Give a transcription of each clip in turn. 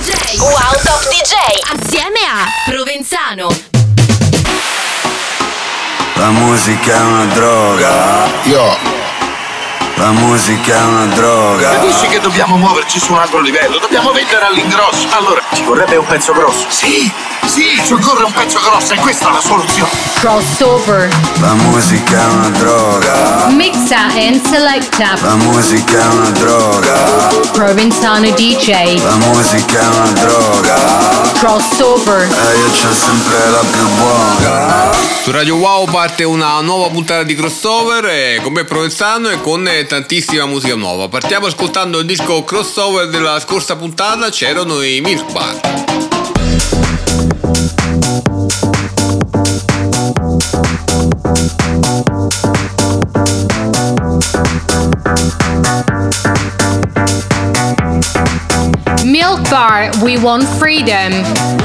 DJ. Wow Top DJ. Assieme a Provenzano. La musica è una droga. La musica è una droga. Capisci che dobbiamo muoverci su un altro livello? Dobbiamo vendere all'ingrosso. Allora, ci vorrebbe un pezzo grosso. Sì, ci occorre un pezzo grosso e questa è la soluzione. Crossover. La musica è una droga. Mixa and selecta. La musica è una droga. Provenzano DJ. La musica è una droga. Crossover. E io c'ho sempre la più buona. Su Radio Wow parte una nuova puntata di Crossover con me Provenzano e con tantissima musica nuova. Partiamo ascoltando il disco Crossover della scorsa puntata, c'erano i Milk Bar. Milk Bar, we want freedom.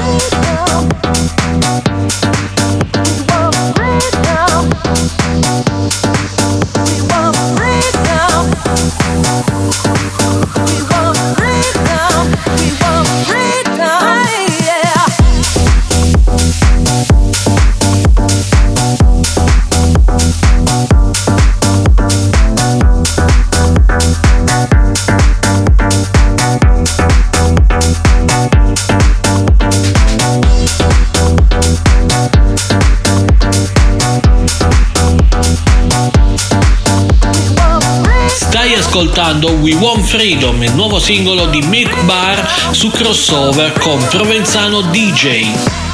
Stai ascoltando We Want Freedom, il nuovo singolo di Milk Bar su Crossover con Provenzano DJ.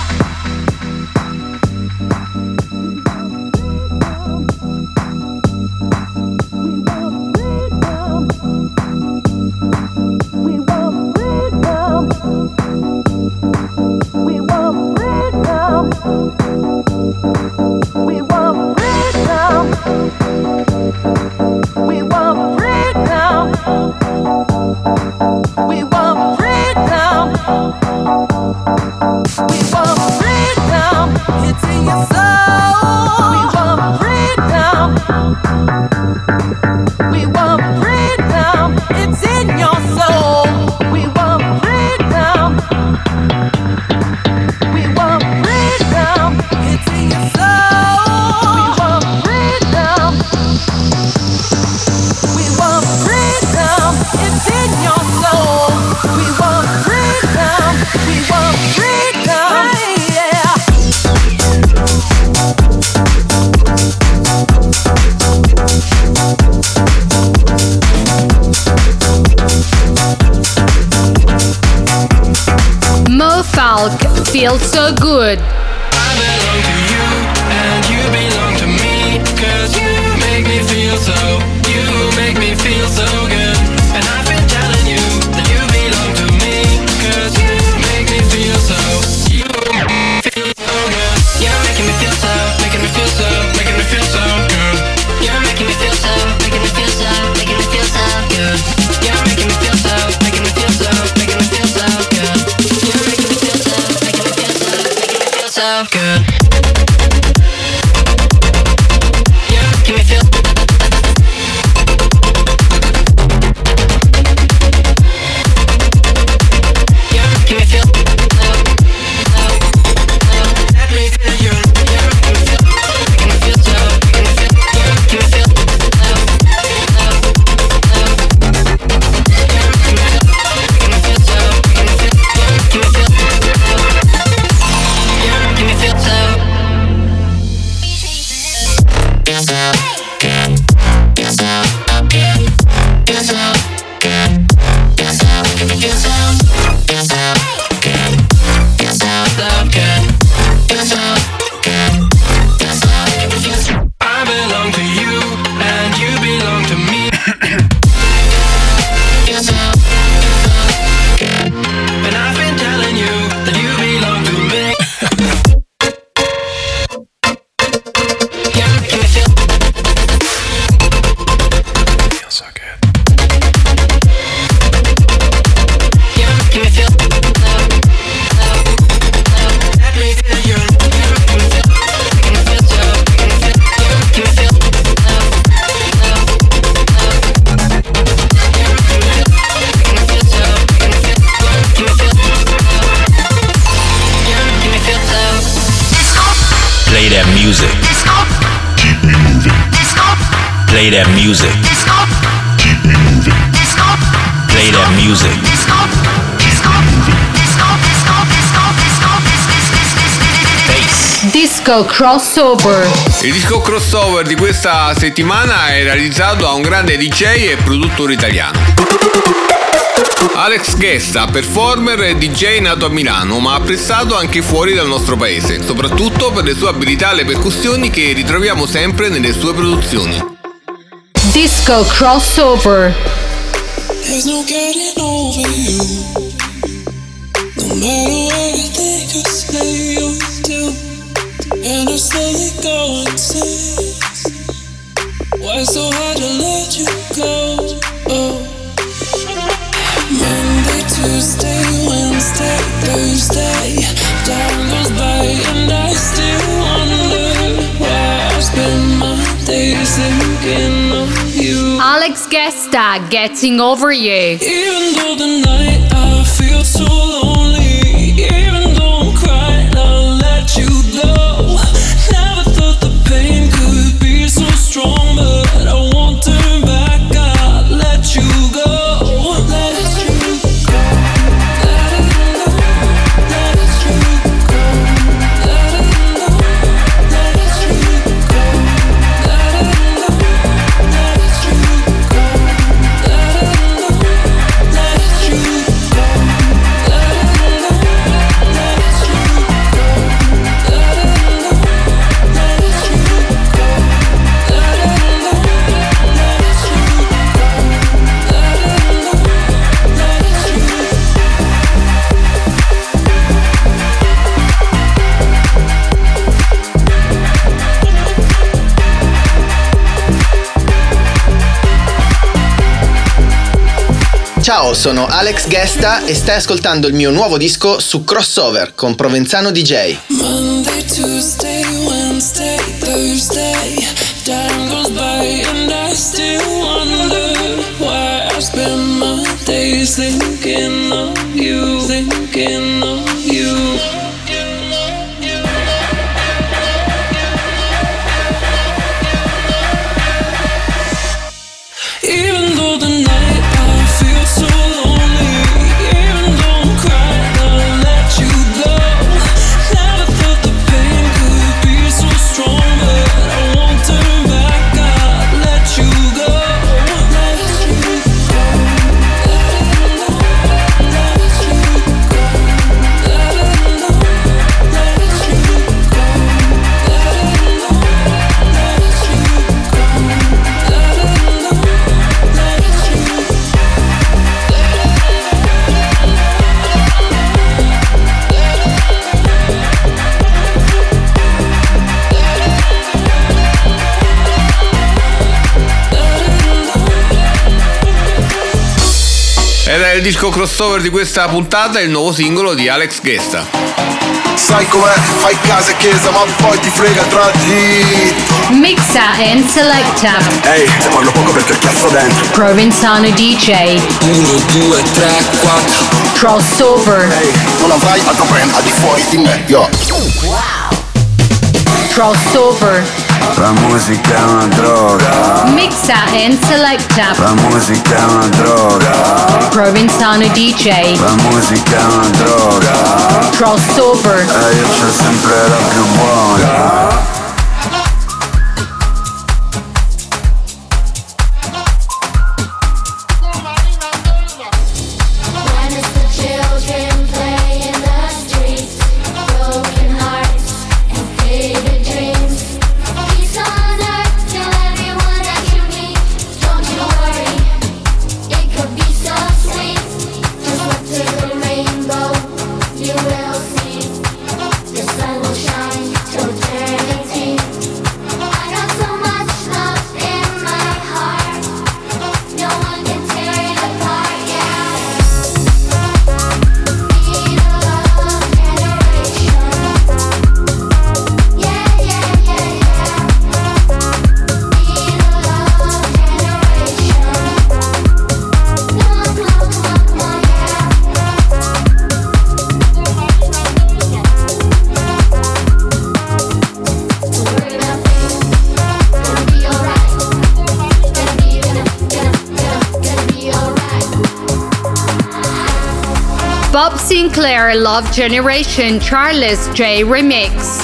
Feels so good. I belong to you and you belong to me, 'cause you make me feel so, you make me feel so good. And I've been telling you that you belong to me, 'cause you make me feel so, you make me feel so good. You're making me feel so, making me feel so, making me feel so good. You're making me feel so, making me feel so, making me feel so good. You're making me feel so, making me feel so, making me feel so good. You're making me feel so, making me feel so, making me feel so good. You're making me feel. Play that music. Play that music. Disco Crossover. Il disco crossover di questa settimana è realizzato da un grande DJ e produttore italiano. Alex Guesta, performer e DJ nato a Milano, ma apprezzato anche fuori dal nostro paese, soprattutto per le sue abilità alle percussioni che ritroviamo sempre nelle sue produzioni. Disco Crossover. There's no getting over you. No matter what I think or say or do, and I slowly go insane. Why so hard to let you go? Oh. Monday, Tuesday, Wednesday, Thursday, time goes by and I still wonder why I spend my days thinking of you. Alex Guesta, Getting Over You. Even though the night I feel so lonely, even though I'm crying, I'll let you go. Never thought the pain could be so strong, but I won't turn back, I'll let you go. Let you go. Let it go. Let you go. Let it go. Let you go. Let it go. Let you go. Let it go. Let you go. Let it go. Let you go. Let it go. Let you go. Let it go. Let you Ciao, sono Alex Guesta e stai ascoltando il mio nuovo disco su Crossover con Provenzano DJ. Monday, Tuesday, Wednesday, Thursday, time goes by and I still wonder why I spend my days thinking of you, thinking of you. Even though the night I feel so lonely, even though I'm crying, I'll let you go. Never thought the pain could be so strong, but I won't turn back, I'll let you go. Let you go. Let it go. Let you go. Let it go. Let you go. Let it go. Let you go. Let it go. Era il disco crossover di questa puntata, il nuovo singolo di Alex Guesta. Sai com'è, fai casa e chiesa ma poi ti frega il tragitto. Mixa and Selecta. Ehi, te parlo poco perché cazzo dentro. Provenzano DJ. 1, 2, 3, 4. Crossover. Ehi, non avrai altro brand al di fuori di me, yo. Crossover. La musica è una droga. Mixa and Selecta. La musica è una droga. Provenzano DJ. La musica è una droga. Crossover. E io c'ho sempre la più buona. You will see the sun will shine till eternity. Bob Sinclair Love Generation Charles J Remix.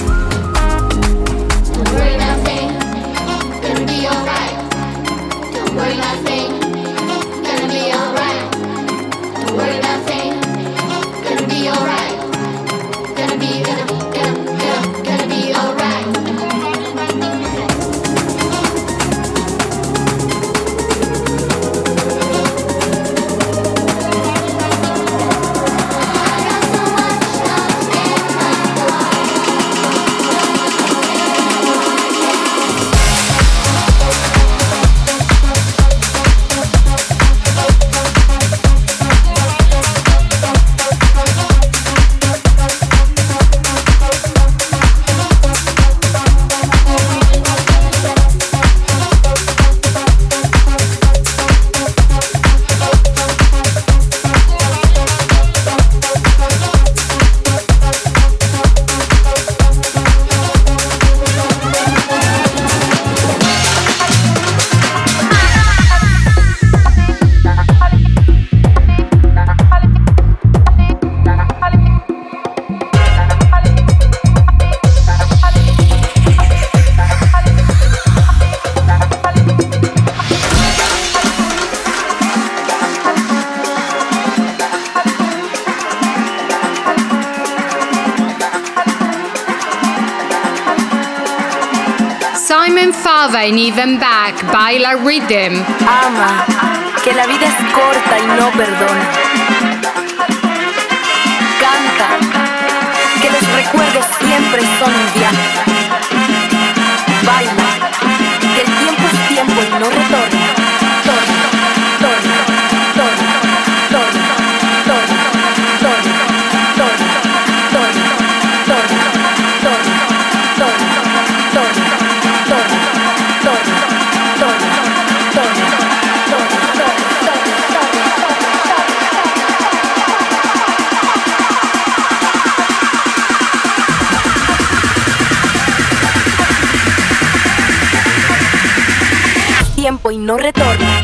Simon Fava and Even Back, Baila Rhythm. Ama, que la vida es corta y no perdona. Canta, que los recuerdos siempre son un viaje. Baila, que el tiempo es tiempo y no retorna. Torna, torna, torna, torna, torna, torna, torna, torna, torna, torna, torna, tiempo y no retorna.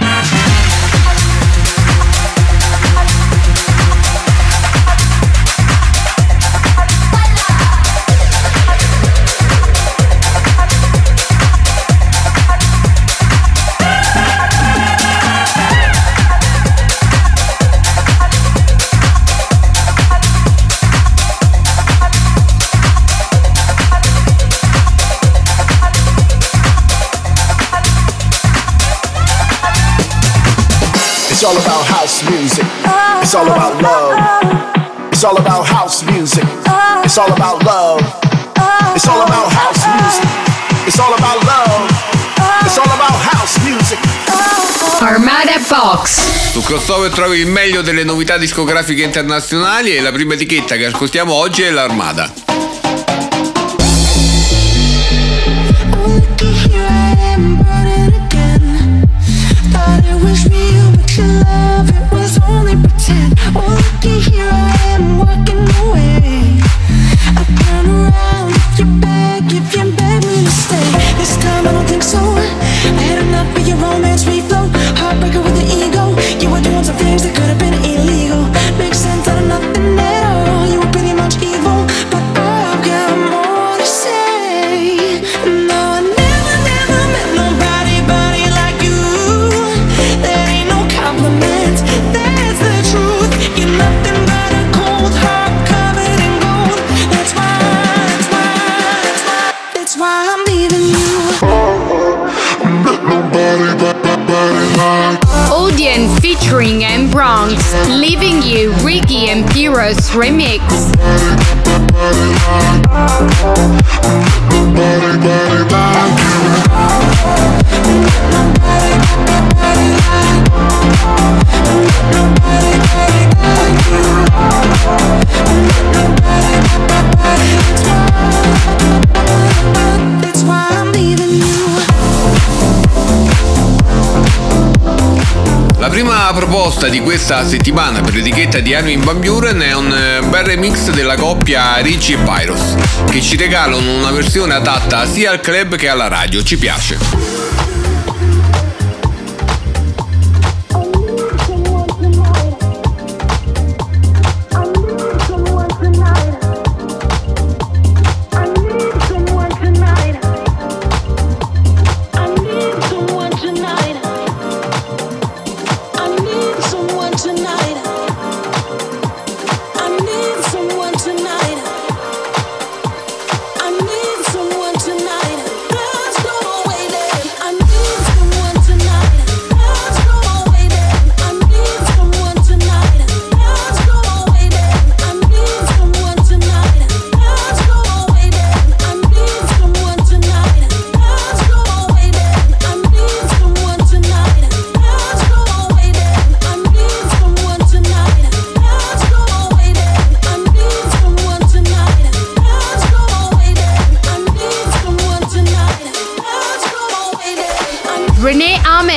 It's all about house music. It's all about love. It's all about house music. It's all about love. It's all about house music. It's all about love. It's all about house music. Armada Box. Su Crossover trovi il meglio delle novità discografiche internazionali e la prima etichetta che ascoltiamo oggi è l'Armada. Love, it was only pretend. Oh, looky here, I am walking away. I turn around if you beg me to stay. This time I don't think so. I had enough of your romance reflow. Heartbreaker with the ego. You were doing some things that could have been illegal. Makes sense out of nothing at all. You were pretty much evil, but I've got more to say. No, I never met nobody like you. That ain't no compliment, that's the truth. You're nothing but a cold heart covered in gold. That's why I'm leaving you. Audien featuring M Bronx, Leaving You, Ricky and Piros Remix. That's why I'm leaving you. La prima proposta di questa settimana per l'etichetta di Armin van Buuren è un bel remix della coppia Richie e Pyros, che ci regalano una versione adatta sia al club che alla radio. Ci piace.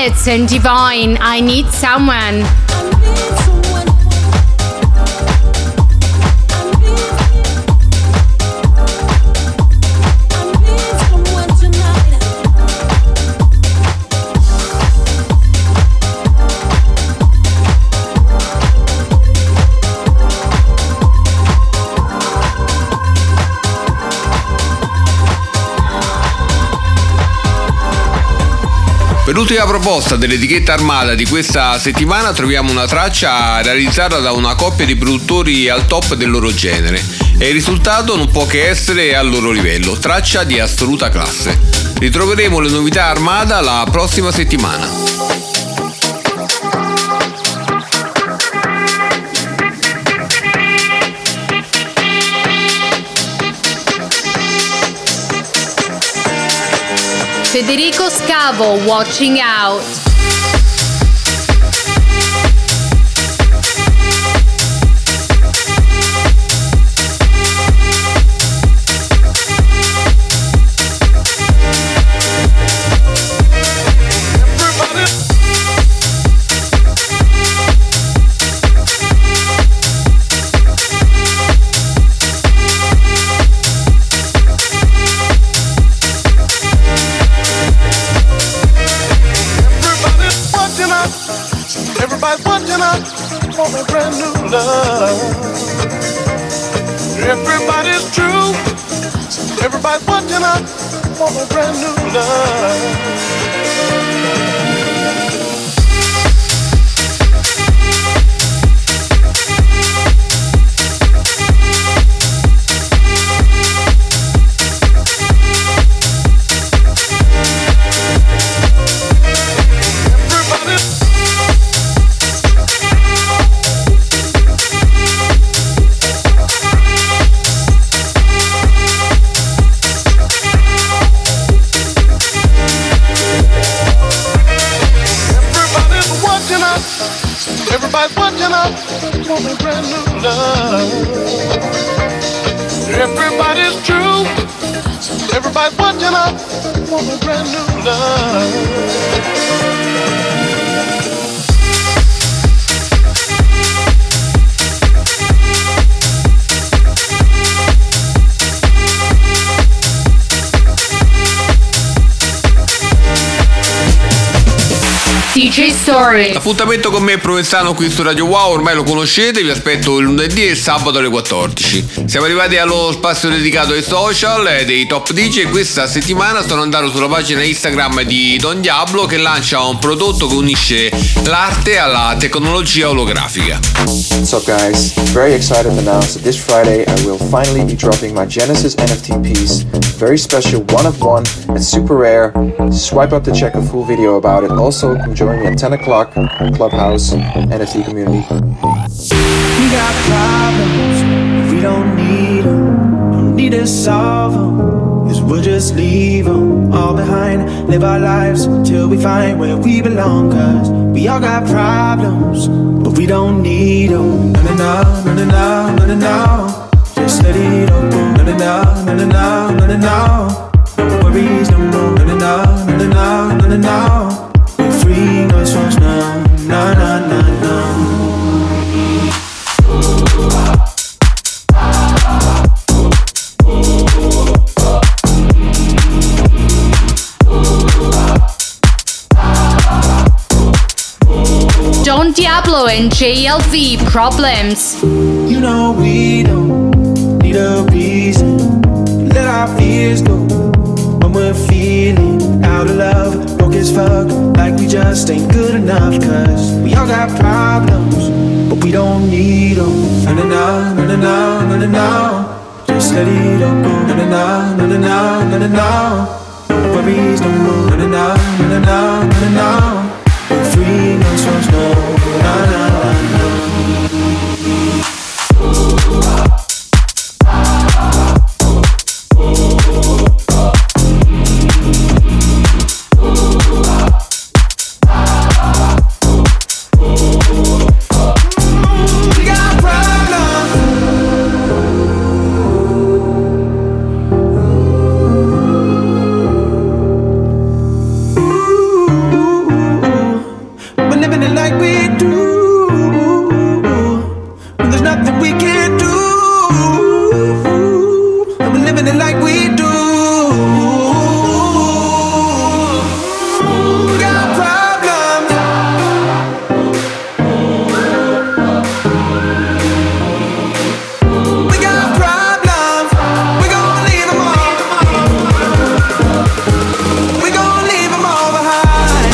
Zenith and Divine, I Need Someone. Per l'ultima proposta dell'etichetta Armada di questa settimana troviamo una traccia realizzata da una coppia di produttori al top del loro genere e il risultato non può che essere al loro livello, traccia di assoluta classe. Ritroveremo le novità Armada la prossima settimana. Federico Scavo, Watching Out. Everybody's watching us for a brand new love. Everybody's true. Everybody's watching us for a brand new love. Everybody's watching us for a brand new love. Everybody's true. Everybody's watching us for a brand new love. DJ Story. L'appuntamento con me è Provenzano qui su Radio Wow, ormai lo conoscete, vi aspetto il lunedì e il sabato alle 14. Siamo arrivati allo spazio dedicato ai social dei top DJ e questa settimana sono andato sulla pagina Instagram di Don Diablo che lancia un prodotto che unisce l'arte alla tecnologia olografica. What's up guys? Very excited to announce that this Friday I will finally be dropping my Genesis NFT piece. Very special, one of one and super rare. Swipe up to check a full video about it. Also come join me at 10 o'clock Clubhouse NFT community. We got problems, we don't need to solve them. 'Cause we'll just leave them all behind. Live our lives till we find where we belong. 'Cause we all got problems, but we don't need them. No. Just let it all go. No. No worries no more. No. We're free, no songs now. No. Don Diablo and JLV, Problems. You know we don't need a reason. Let our fears go when we're feeling out of love. Broke as fuck, like we just ain't good enough. 'Cause we all got problems, but we don't need them. No. Just let it all go. No. Worries no more. No. We're free, no songs, no. nothing we can't do. And we're living it like we do. We got problems. We got problems. We gon' leave them all. We gon' leave them all behind.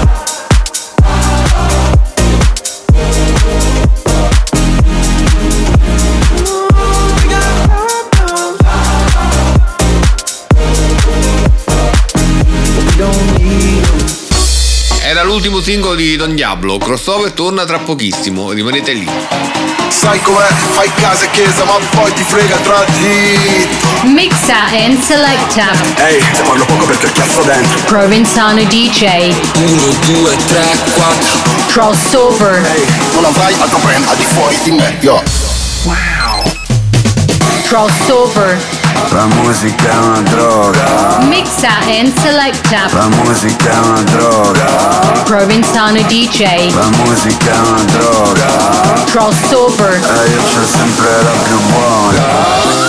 Era l'ultimo singolo di Don Diablo, Crossover torna tra pochissimo, rimanete lì. Sai com'è, fai casa e chiesa ma poi ti frega tra dito. Mixa and selecta. Ehi, te parlo poco perché ho chiasso dentro. Provenzano DJ. 1, 2, 3, 4. Crossover. Ehi, non avrai altro brand al di fuori di me, yo. Wow. Crossover. La musica è una droga. Mixa and selecta. La musica è una droga. Provenzano DJ. La musica è una droga. Crossover. E io c'ho sempre la più buona.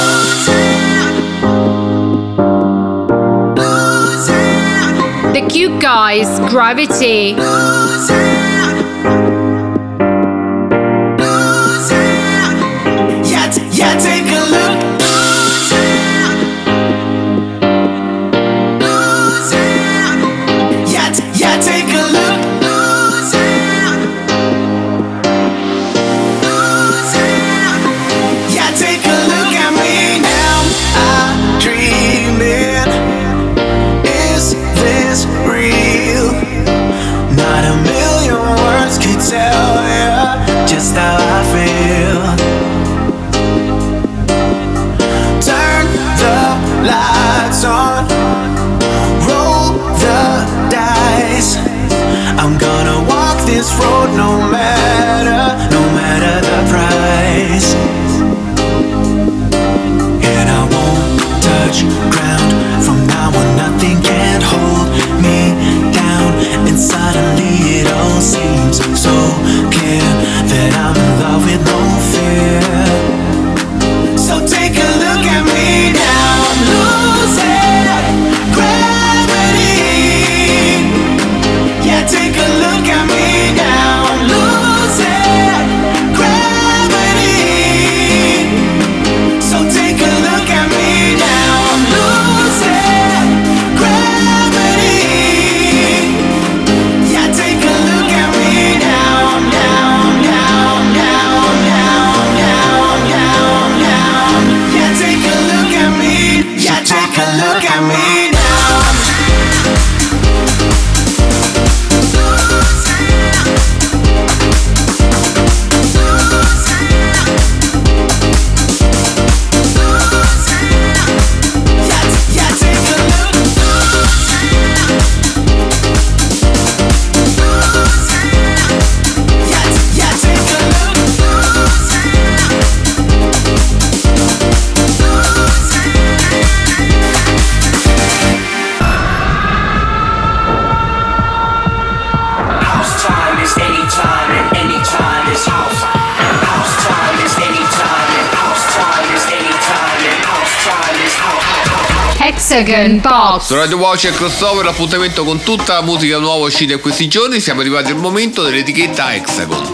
The Cute Guys, Gravity. Yeah, take a look. Yeah, take a look. Yeah, take a look at me now. I'm dreaming. Is this real? Not a million words could tell you just how I feel. Turn the lights on. Roll the dice. I'm gonna walk this road no matter the price. And I won't touch ground. From now on nothing can hold me down. And suddenly it all seems so clear that I'm in love with no fear. So take a look at me now. I'm losing gravity. Yeah, take a look at me now. I'm losing gravity. So take a look at me now. I'm losing gravity. Yeah, take a look at me now. Yeah, take a look at me. Yeah, take a look at me now. Hexagon Box. Su Radio Watch e Crossover l'appuntamento con tutta la musica nuova uscita in questi giorni. Siamo arrivati al momento dell'etichetta Hexagon.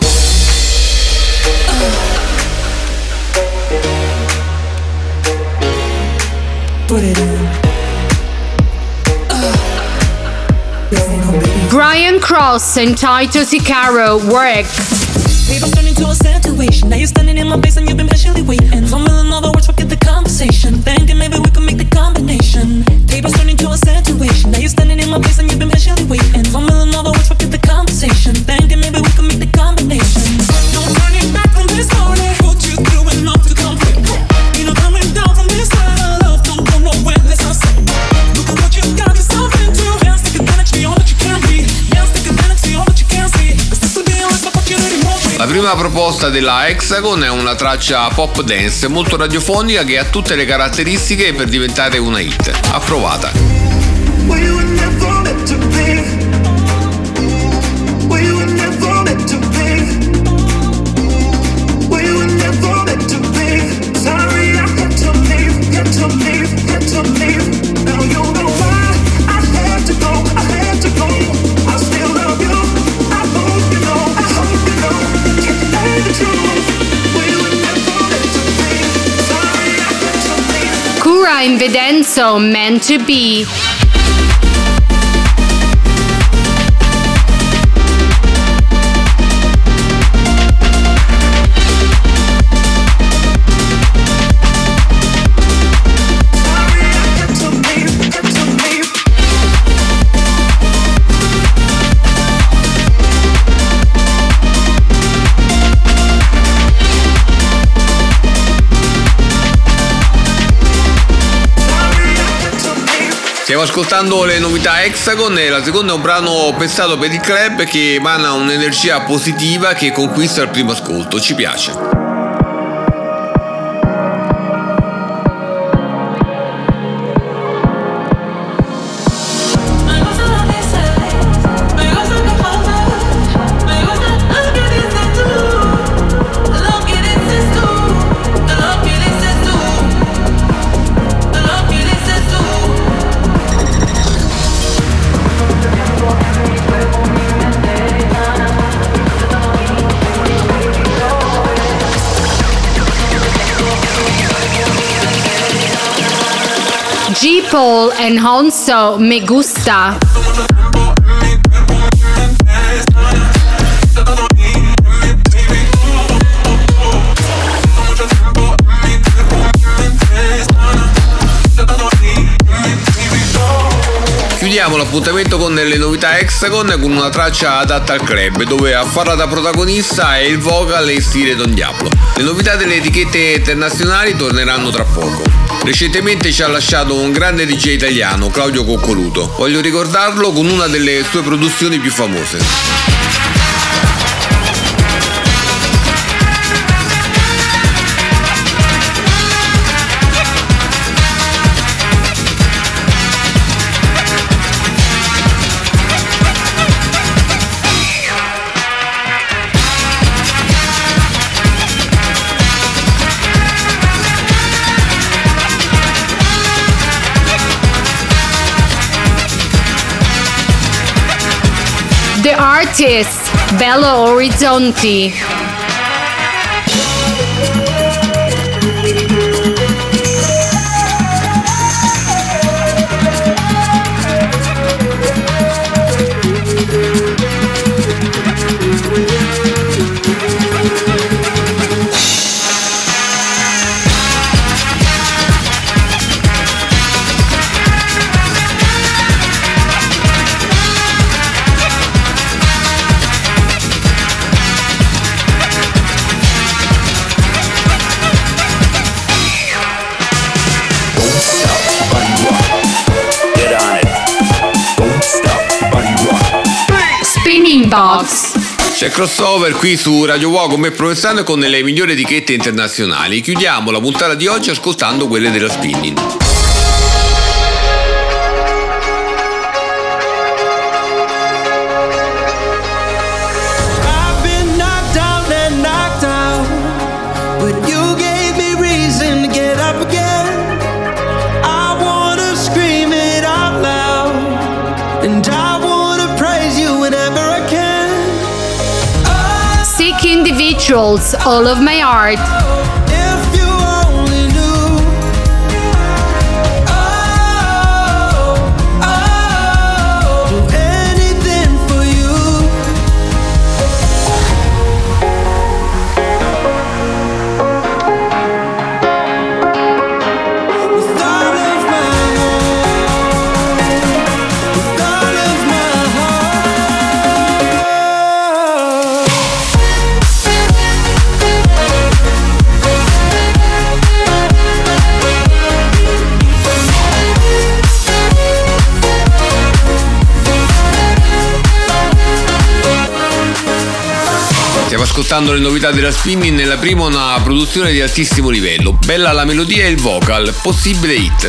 Brian Cross and Tito Sicaro, Work. People turn into a situation. Now you're standing in my face and you've been patiently waiting. For a million other words, forget the conversation. Thinking maybe we could make the combination. Tables turn into a situation. Now you're standing in my face and you've been patiently waiting. For a million other words, forget the conversation. Thinking maybe we could make the combination. No turning back from this morning. Put you through enough to complete. You know coming down from this side of love. Don't go nowhere unless I say. Look at what you got yourself into. Can't stick advantage to all that you can be. Can't stick advantage to all that you can see. Cause this will be a life opportunity more. La prima proposta della Hexagon è una traccia pop dance molto radiofonica che ha tutte le caratteristiche per diventare una hit. Approvata. We were never meant to be. in Vedenzo, Meant to Be. Stiamo ascoltando le novità Hexagon e la seconda è un brano pensato per il club che emana un'energia positiva che conquista il primo ascolto. Ci piace. G-Paul and Honso, Me Gusta. Chiudiamo l'appuntamento con le novità Hexagon con una traccia adatta al club dove a farla da protagonista è il vocal in stile Don Diablo. Le novità delle etichette internazionali torneranno tra poco. Recentemente ci ha lasciato un grande DJ italiano, Claudio Coccoluto. Voglio ricordarlo con una delle sue produzioni più famose. The artist, Bello Orizzonti. Box. C'è crossover qui su Radio Wow con me Provenzano e con le migliori etichette internazionali. Chiudiamo la puntata di oggi ascoltando quelle della Spinning. Individuals, All of My Heart. Ascoltando le novità della Spinning, nella prima una produzione di altissimo livello, bella la melodia e il vocal, possibile hit.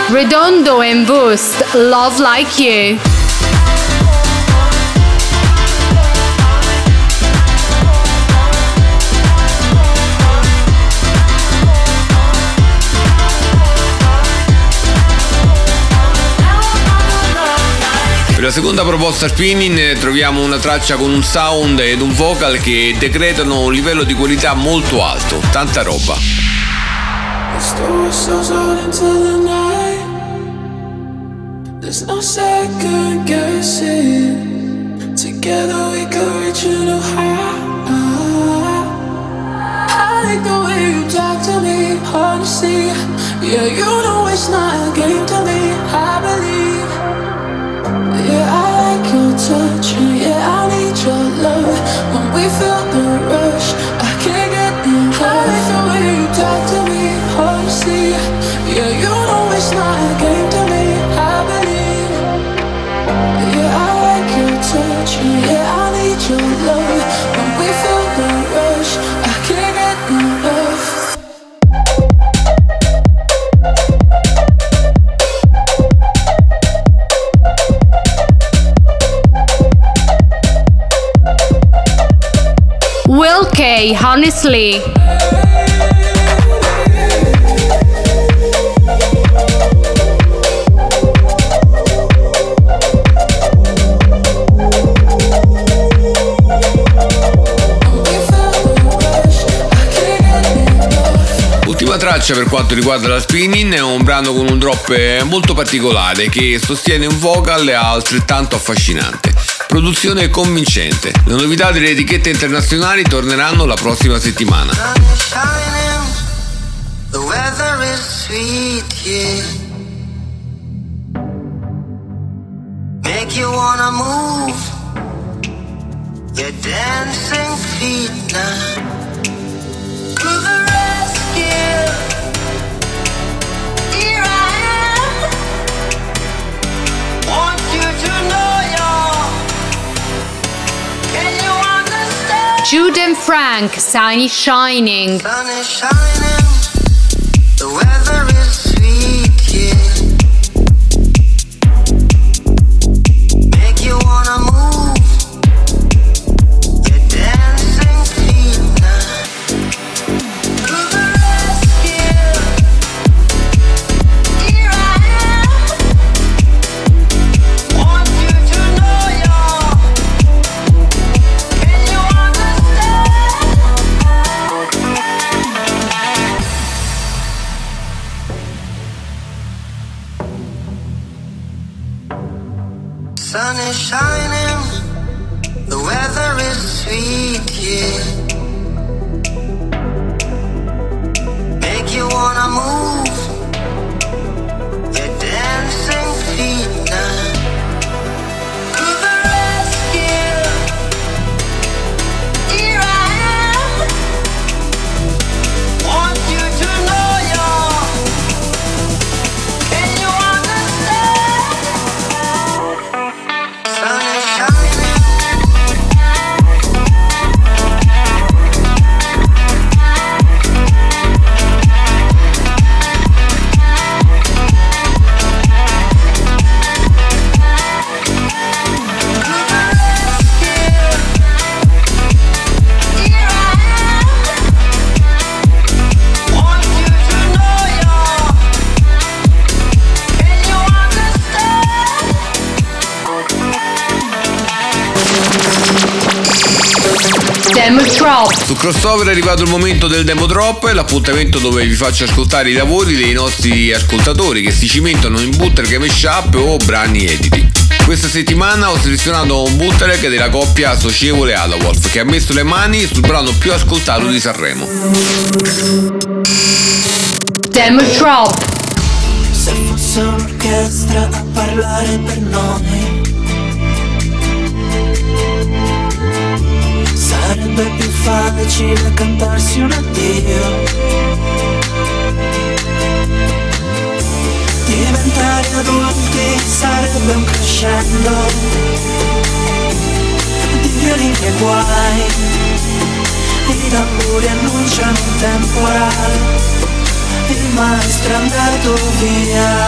Redondo and Boost, Love Like You. Per la seconda proposta spinning troviamo una traccia con un sound ed un vocal che decretano un livello di qualità molto alto, tanta roba. There's no second guessing. Together we could reach a new high. I like the way you talk to me, honestly. Yeah, you know it's not a game to me, I believe. Yeah, I like your touch, and yeah, I need your love. When we feel the rush, I can't get enough. I like the way you talk to me, honestly. Yeah, you know it's not a game to me, I believe. Yeah, I like your touch, and yeah, I need your love. When we feel the rush, I can't get enough. Will K, Honestly. Ultima traccia per quanto riguarda la spinning è un brano con un drop molto particolare che sostiene un vocal altrettanto affascinante. Produzione convincente. Le novità delle etichette internazionali torneranno la prossima settimana. The weather is sweet, yeah. Make you wanna move. Your dancing feet now. To the rescue. Here I am. Want you to know you're. Can you understand? Jude and Frank, Sunny Shining. Sun is shining. The weather is sweet, yeah. Make you wanna move. Your dancing feet now. To the rescue. Here I am. Want you to know you're. Can you understand? Sun is shining, the weather is sweet, yeah. Make you wanna move. Your dancing feet now. To the rescue. Here I am. Want you to know you're. Can you understand? Sun is shining. Demo Drop. Su Crossover è arrivato il momento del Demo Drop, l'appuntamento dove vi faccio ascoltare i lavori dei nostri ascoltatori che si cimentano in bootleg, mashup o brani editi. Questa settimana ho selezionato un bootleg della coppia Socievole Adawolf che ha messo le mani sul brano più ascoltato di Sanremo. Demo Drop. Se fosse un'orchestra a parlare per noi, sarebbe più facile cantarsi un addio. Diventare adulti sarebbe un crescendo di violini e guai. I tamburi annunciano un temporale il maestro è andato via.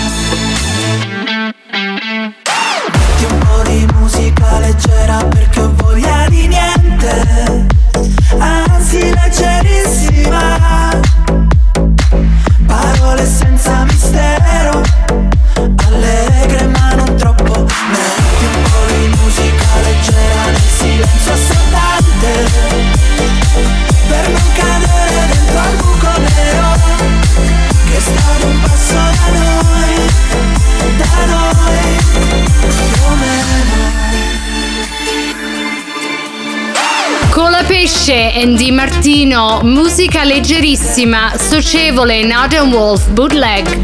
Metti un po' di musica leggera perché ho voglia di niente, anzi leggerissima. Parole senza mistero, allegre ma non troppo. Metti un po' di musica leggera nel silenzio assordante, per non cadere dentro al buco nero che sta ad un passo da noi, più o meno. Colapesce e Di Martino, musica leggerissima, socievole in Adam Wolf bootleg.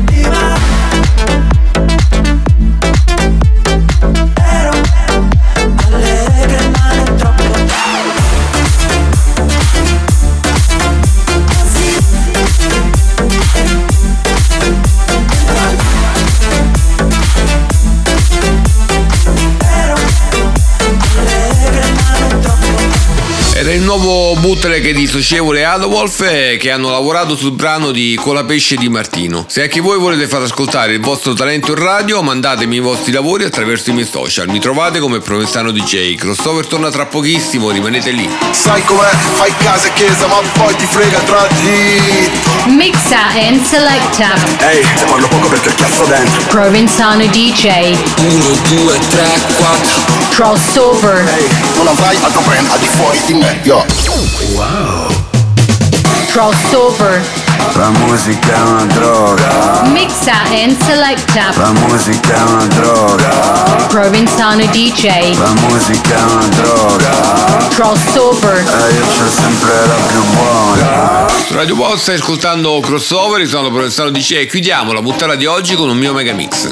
Era il nuovo bootleg di Socievole e Adolf che hanno lavorato sul brano di Colapesce Di Martino. Se anche voi volete far ascoltare il vostro talento in radio, mandatemi i vostri lavori attraverso i miei social. Mi trovate come Provenzano DJ. Crossover torna tra pochissimo, rimanete lì. Sai com'è? Fai casa e chiesa ma poi ti frega tra di. Mixa and selecta. Ehi, te parlo poco perché cazzo dentro. Provenzano DJ. 1, 2, 3, 4. Crossover. Ehi, non avrai altro brand al di fuori di me, yo. Wow. Crossover. La musica è una droga. Mixa and selecta. La musica è una droga. Provenzano DJ. La musica è una droga. Crossover. E io c'ho sempre la più buona. Su Radio Boss stai ascoltando Crossover, io sono Provenzano DJ e chiudiamo la puntata di oggi con un mio mega mix.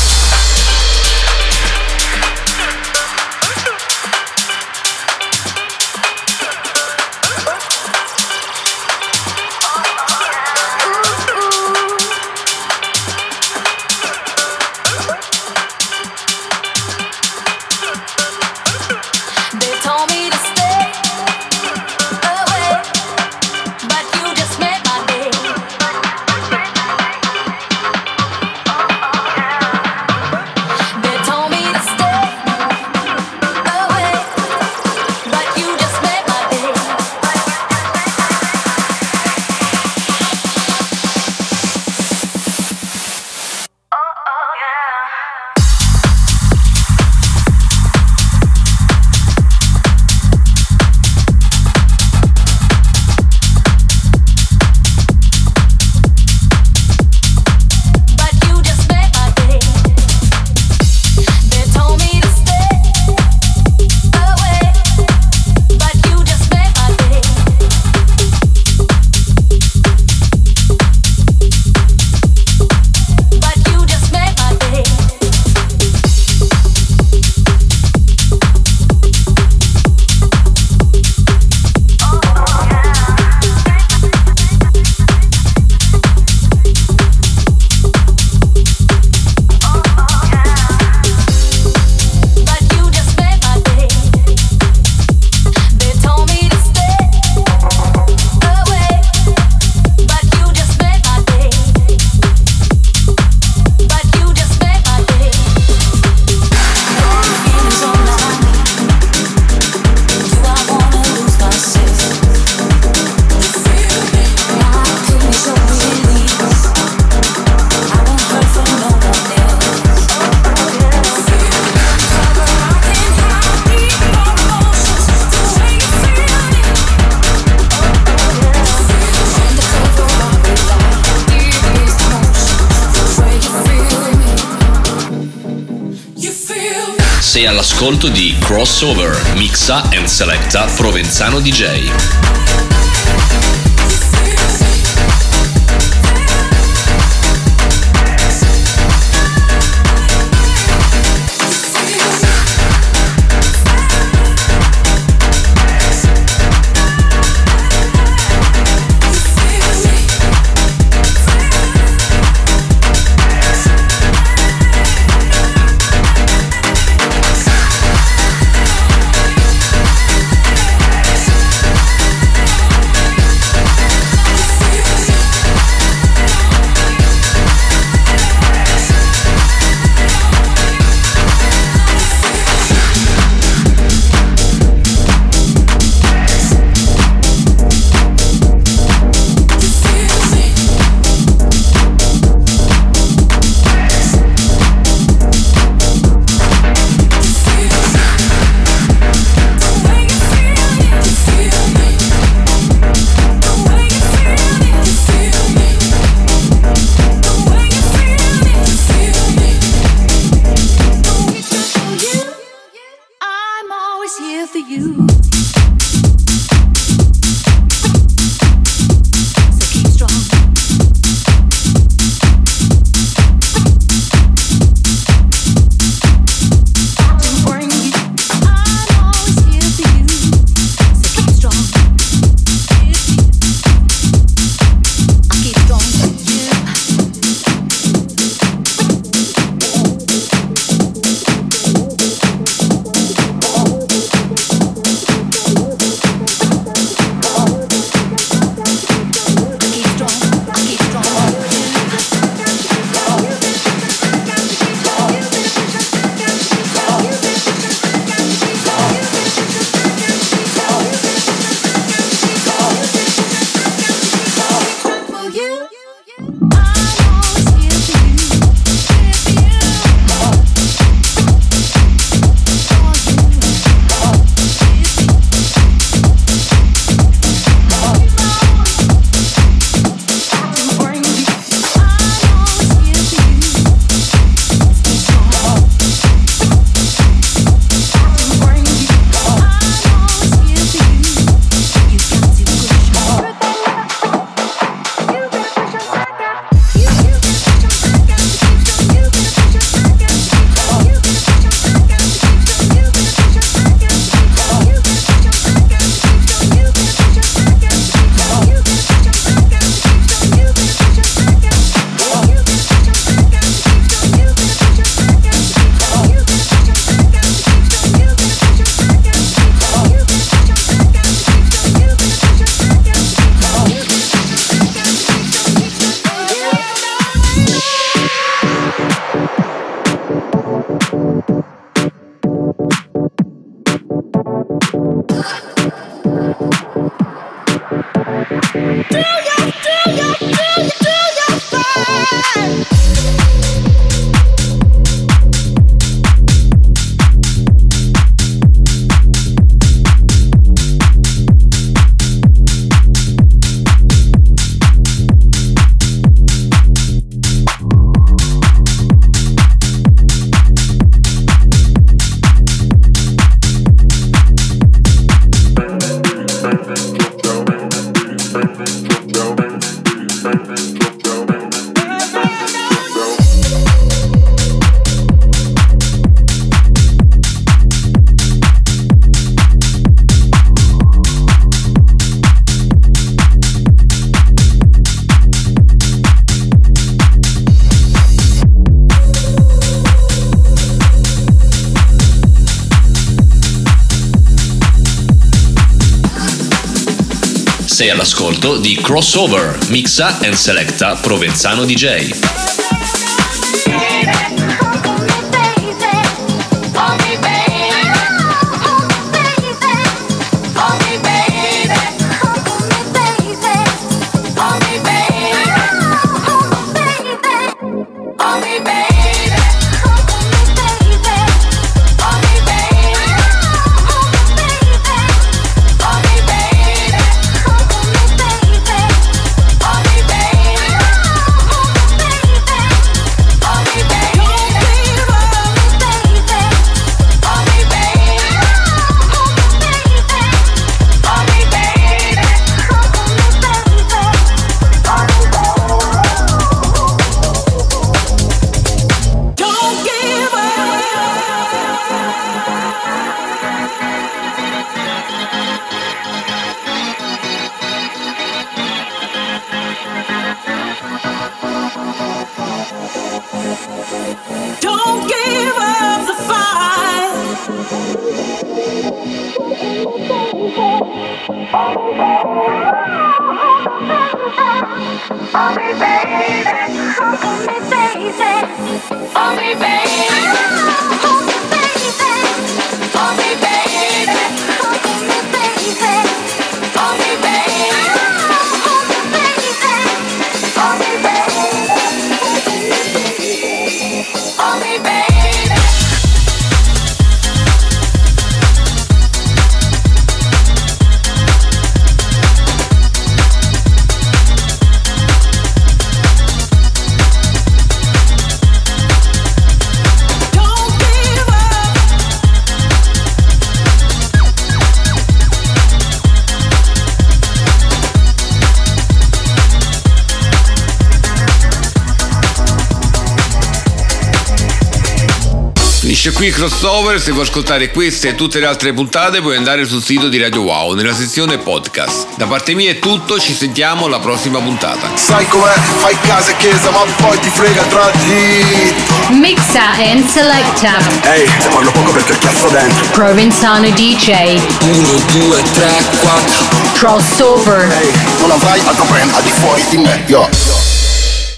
Sei all'ascolto di Crossover, mixa and selecta Provenzano DJ. Sei all'ascolto di Crossover, mixa and selecta Provenzano DJ. Don't give up the fight. Finisce qui Crossover. Se vuoi ascoltare queste e tutte le altre puntate puoi andare sul sito di Radio Wow nella sezione podcast. Da parte mia è tutto, ci sentiamo alla prossima puntata. Sai com'è? Fai casa e chiesa ma poi ti frega tra di... Mixa and selecta. Ehi, te parlo poco perché ho il cazzo dentro. Provenzano DJ. 1, 2, 3, 4. Crossover. Ehi, non avrai altro brand al di fuori di me, yo.